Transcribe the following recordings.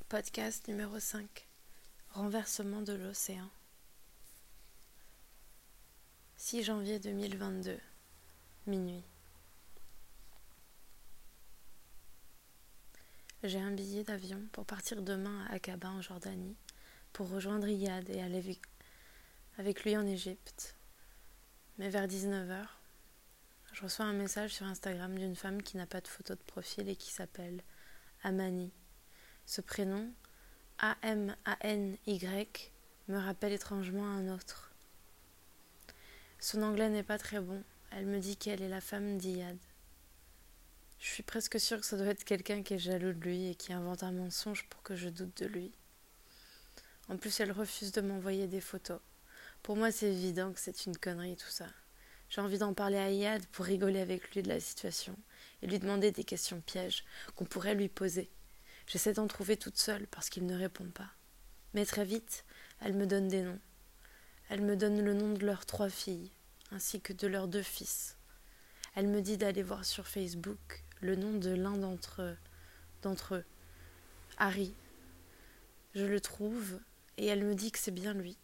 Podcast numéro 5. Renversement de l'océan. 6 janvier 2022, minuit. J'ai un billet d'avion pour partir demain à Aqaba en Jordanie pour rejoindre Iyad et aller avec lui en Égypte. Mais vers 19h, je reçois un message sur Instagram d'une femme qui n'a pas de photo de profil et qui s'appelle Amani. Ce prénom, A-M-A-N-Y, me rappelle étrangement un autre. Son anglais n'est pas très bon. Elle me dit qu'elle est la femme d'Iyad. Je suis presque sûre que ça doit être quelqu'un qui est jaloux de lui et qui invente un mensonge pour que je doute de lui. En plus, elle refuse de m'envoyer des photos. Pour moi, c'est évident que c'est une connerie tout ça. J'ai envie d'en parler à Iyad pour rigoler avec lui de la situation et lui demander des questions pièges qu'on pourrait lui poser. J'essaie d'en trouver toute seule parce qu'il ne répond pas. Mais très vite, elle me donne des noms. Elle me donne le nom de leurs 3 filles, ainsi que de leurs 2 fils. Elle me dit d'aller voir sur Facebook le nom de l'un d'entre eux, Harry. Je le trouve et elle me dit que c'est bien lui.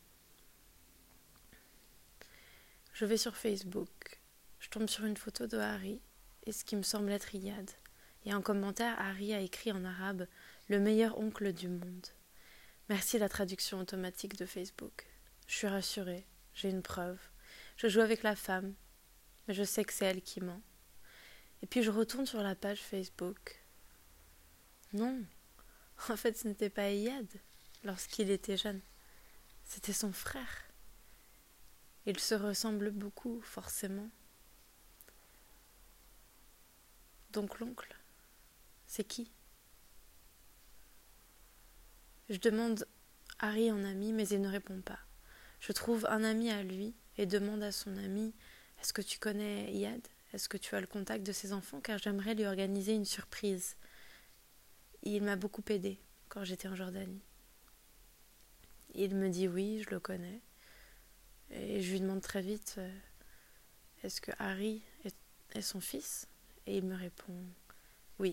Je vais sur Facebook, je tombe sur une photo de Harry et ce qui me semble être Iyad. Et en commentaire, Harry a écrit en arabe « Le meilleur oncle du monde ». Merci la traduction automatique de Facebook. Je suis rassurée, j'ai une preuve. Je joue avec la femme, mais je sais que c'est elle qui ment. Et puis je retourne sur la page Facebook. Non, en fait ce n'était pas Iyad lorsqu'il était jeune. C'était son frère. Ils se ressemblent beaucoup, forcément. Donc l'oncle, c'est qui? Je demande Harry en ami, mais il ne répond pas. Je trouve un ami à lui et demande à son ami « Est-ce que tu connais Iyad? Est-ce que tu as le contact de ses enfants? Car j'aimerais lui organiser une surprise. » Il m'a beaucoup aidé quand j'étais en Jordanie. Il me dit « Oui, je le connais. » Et je lui demande très vite « Est-ce que Harry est son fils ?» Et il me répond « Oui. »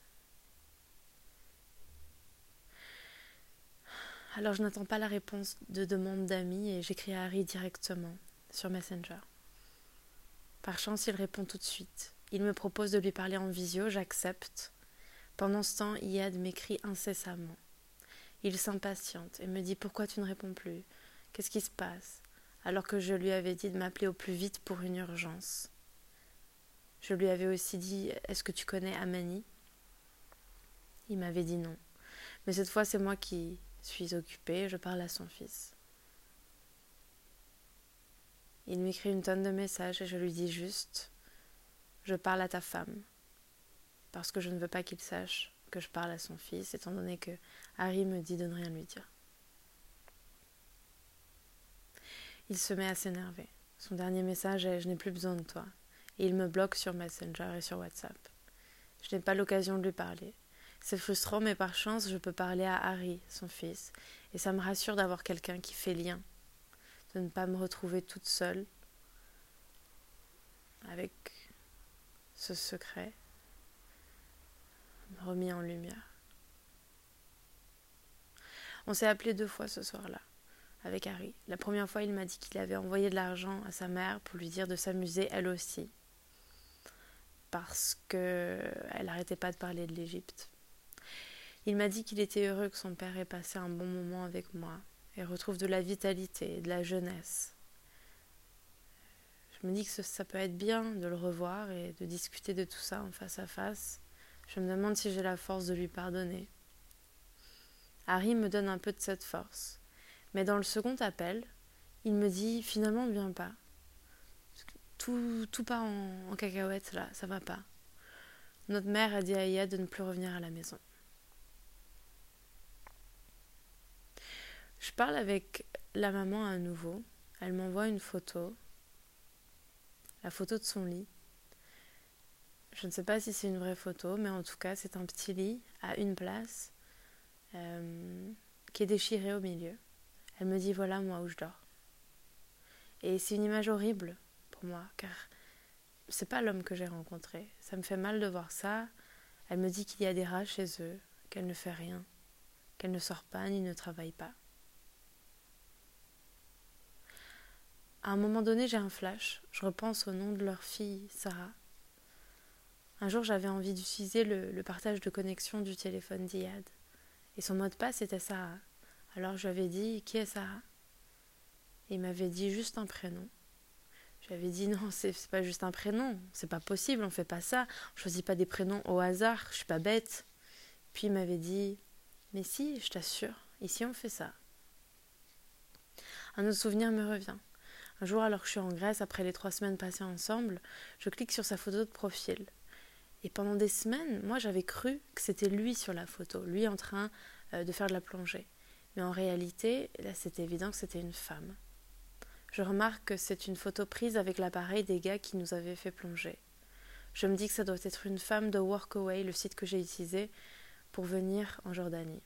Alors je n'attends pas la réponse de demande d'amis et j'écris à Harry directement sur Messenger. Par chance, il répond tout de suite. Il me propose de lui parler en visio, j'accepte. Pendant ce temps, Iyad m'écrit incessamment. Il s'impatiente et me dit « Pourquoi tu ne réponds plus? Qu'est-ce qui se passe ?» alors que je lui avais dit de m'appeler au plus vite pour une urgence. Je lui avais aussi dit « Est-ce que tu connais Amani ?» Il m'avait dit non. Mais cette fois, c'est moi qui suis occupée, je parle à son fils. Il m'écrit une tonne de messages et je lui dis juste « Je parle à ta femme » parce que je ne veux pas qu'il sache que je parle à son fils, étant donné que Harry me dit de ne rien lui dire. Il se met à s'énerver. Son dernier message est « Je n'ai plus besoin de toi » et il me bloque sur Messenger et sur WhatsApp. Je n'ai pas l'occasion de lui parler. C'est frustrant, mais par chance, je peux parler à Harry, son fils, et ça me rassure d'avoir quelqu'un qui fait lien, de ne pas me retrouver toute seule avec ce secret remis en lumière. On s'est appelé 2 fois ce soir-là, avec Harry. La première fois, il m'a dit qu'il avait envoyé de l'argent à sa mère pour lui dire de s'amuser elle aussi, parce qu'elle n'arrêtait pas de parler de l'Égypte. Il m'a dit qu'il était heureux que son père ait passé un bon moment avec moi et retrouve de la vitalité et de la jeunesse. Je me dis que ça peut être bien de le revoir et de discuter de tout ça en face à face. Je me demande si j'ai la force de lui pardonner. Harry me donne un peu de cette force. Mais dans le second appel, il me dit « Finalement, ne viens pas. Tout part en cacahuète là, ça va pas. Notre mère a dit à Iyad de ne plus revenir à la maison. » Je parle avec la maman à nouveau. Elle m'envoie une photo. La photo de son lit. Je ne sais pas si c'est une vraie photo, mais en tout cas, c'est un petit lit à une place qui est déchiré au milieu. Elle me dit, voilà moi où je dors. Et c'est une image horrible pour moi, car c'est pas l'homme que j'ai rencontré. Ça me fait mal de voir ça. Elle me dit qu'il y a des rats chez eux, qu'elle ne fait rien. qu'elle ne sort pas ni ne travaille pas. À un moment donné, j'ai un flash. Je repense au nom de leur fille, Sarah. Un jour, j'avais envie d'utiliser le partage de connexion du téléphone d'Iyad. Et son mot de passe était Sarah. Alors je lui avais dit, qui est Sarah? Et il m'avait dit juste un prénom. Je lui avais dit, non, c'est pas juste un prénom. C'est pas possible, on fait pas ça. On choisit pas des prénoms au hasard, je suis pas bête. Puis il m'avait dit, mais si, je t'assure, ici on fait ça. Un autre souvenir me revient. Un jour, alors que je suis en Grèce, après les 3 semaines passées ensemble, je clique sur sa photo de profil. Et pendant des semaines, moi j'avais cru que c'était lui sur la photo, lui en train de faire de la plongée. Mais en réalité, là c'était évident que c'était une femme. Je remarque que c'est une photo prise avec l'appareil des gars qui nous avaient fait plonger. Je me dis que ça doit être une femme de Workaway, le site que j'ai utilisé pour venir en Jordanie.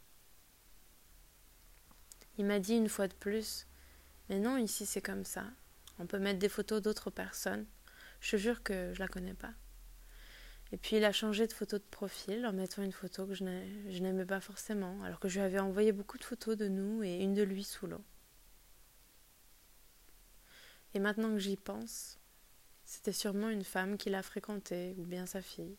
Il m'a dit une fois de plus, mais non, ici c'est comme ça. On peut mettre des photos d'autres personnes. Je te jure que je la connais pas. Et puis il a changé de photo de profil en mettant une photo que je n'aimais pas forcément, alors que je lui avais envoyé beaucoup de photos de nous et une de lui sous l'eau. Et maintenant que j'y pense, c'était sûrement une femme qui l'a fréquenté, ou bien sa fille.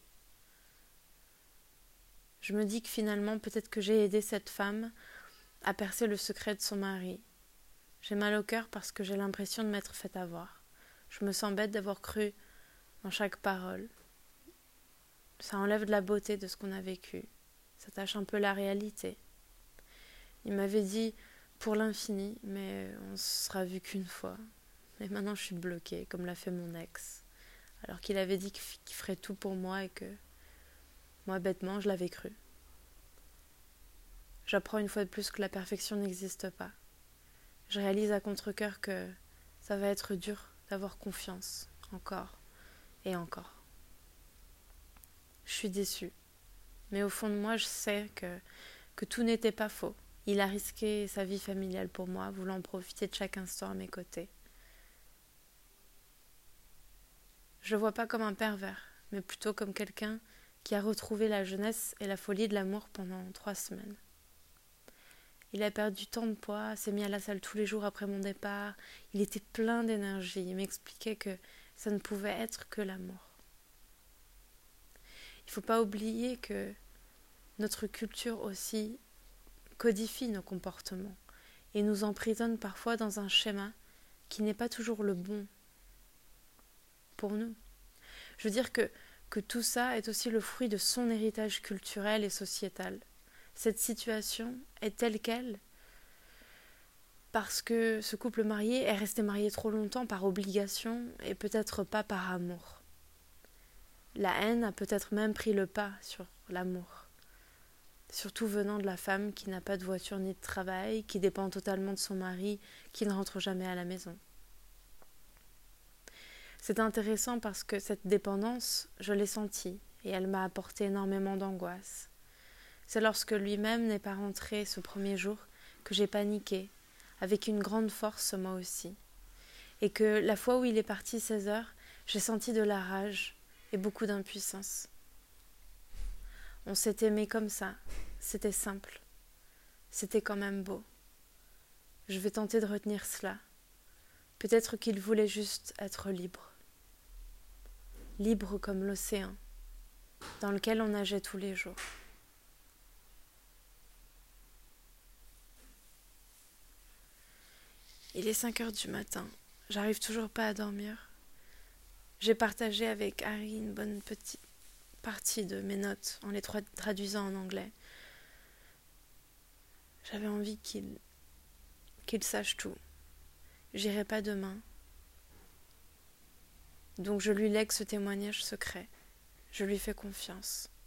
Je me dis que finalement, peut-être que j'ai aidé cette femme à percer le secret de son mari. J'ai mal au cœur parce que j'ai l'impression de m'être fait avoir. Je me sens bête d'avoir cru en chaque parole. Ça enlève de la beauté de ce qu'on a vécu. Ça tâche un peu la réalité. Il m'avait dit pour l'infini, mais on se sera vu qu'une fois. Et maintenant je suis bloquée, comme l'a fait mon ex. Alors qu'il avait dit qu'il ferait tout pour moi et que moi, bêtement, je l'avais cru. J'apprends une fois de plus que la perfection n'existe pas. Je réalise à contre-cœur que ça va être dur d'avoir confiance, encore et encore. Je suis déçue. Mais au fond de moi, je sais que tout n'était pas faux. Il a risqué sa vie familiale pour moi, voulant profiter de chaque instant à mes côtés. Je le vois pas comme un pervers, mais plutôt comme quelqu'un qui a retrouvé la jeunesse et la folie de l'amour pendant 3 semaines. Il a perdu tant de poids, s'est mis à la salle tous les jours après mon départ. Il était plein d'énergie. Il m'expliquait que ça ne pouvait être que l'amour. Il ne faut pas oublier que notre culture aussi codifie nos comportements et nous emprisonne parfois dans un schéma qui n'est pas toujours le bon pour nous. Je veux dire que tout ça est aussi le fruit de son héritage culturel et sociétal. Cette situation est telle qu'elle parce que ce couple marié est resté marié trop longtemps par obligation et peut-être pas par amour. La haine a peut-être même pris le pas sur l'amour, surtout venant de la femme qui n'a pas de voiture ni de travail, qui dépend totalement de son mari, qui ne rentre jamais à la maison. C'est intéressant parce que cette dépendance, je l'ai sentie et elle m'a apporté énormément d'angoisse. C'est lorsque lui-même n'est pas rentré ce premier jour que j'ai paniqué, avec une grande force moi aussi. Et que la fois où il est parti 16 heures, j'ai senti de la rage et beaucoup d'impuissance. On s'est aimé comme ça, c'était simple. C'était quand même beau. Je vais tenter de retenir cela. Peut-être qu'il voulait juste être libre. Libre comme l'océan, dans lequel on nageait tous les jours. Il est 5 heures du matin. J'arrive toujours pas à dormir. J'ai partagé avec Harry une bonne petite partie de mes notes en les traduisant en anglais. J'avais envie qu'il sache tout. J'irai pas demain. Donc je lui lègue ce témoignage secret. Je lui fais confiance.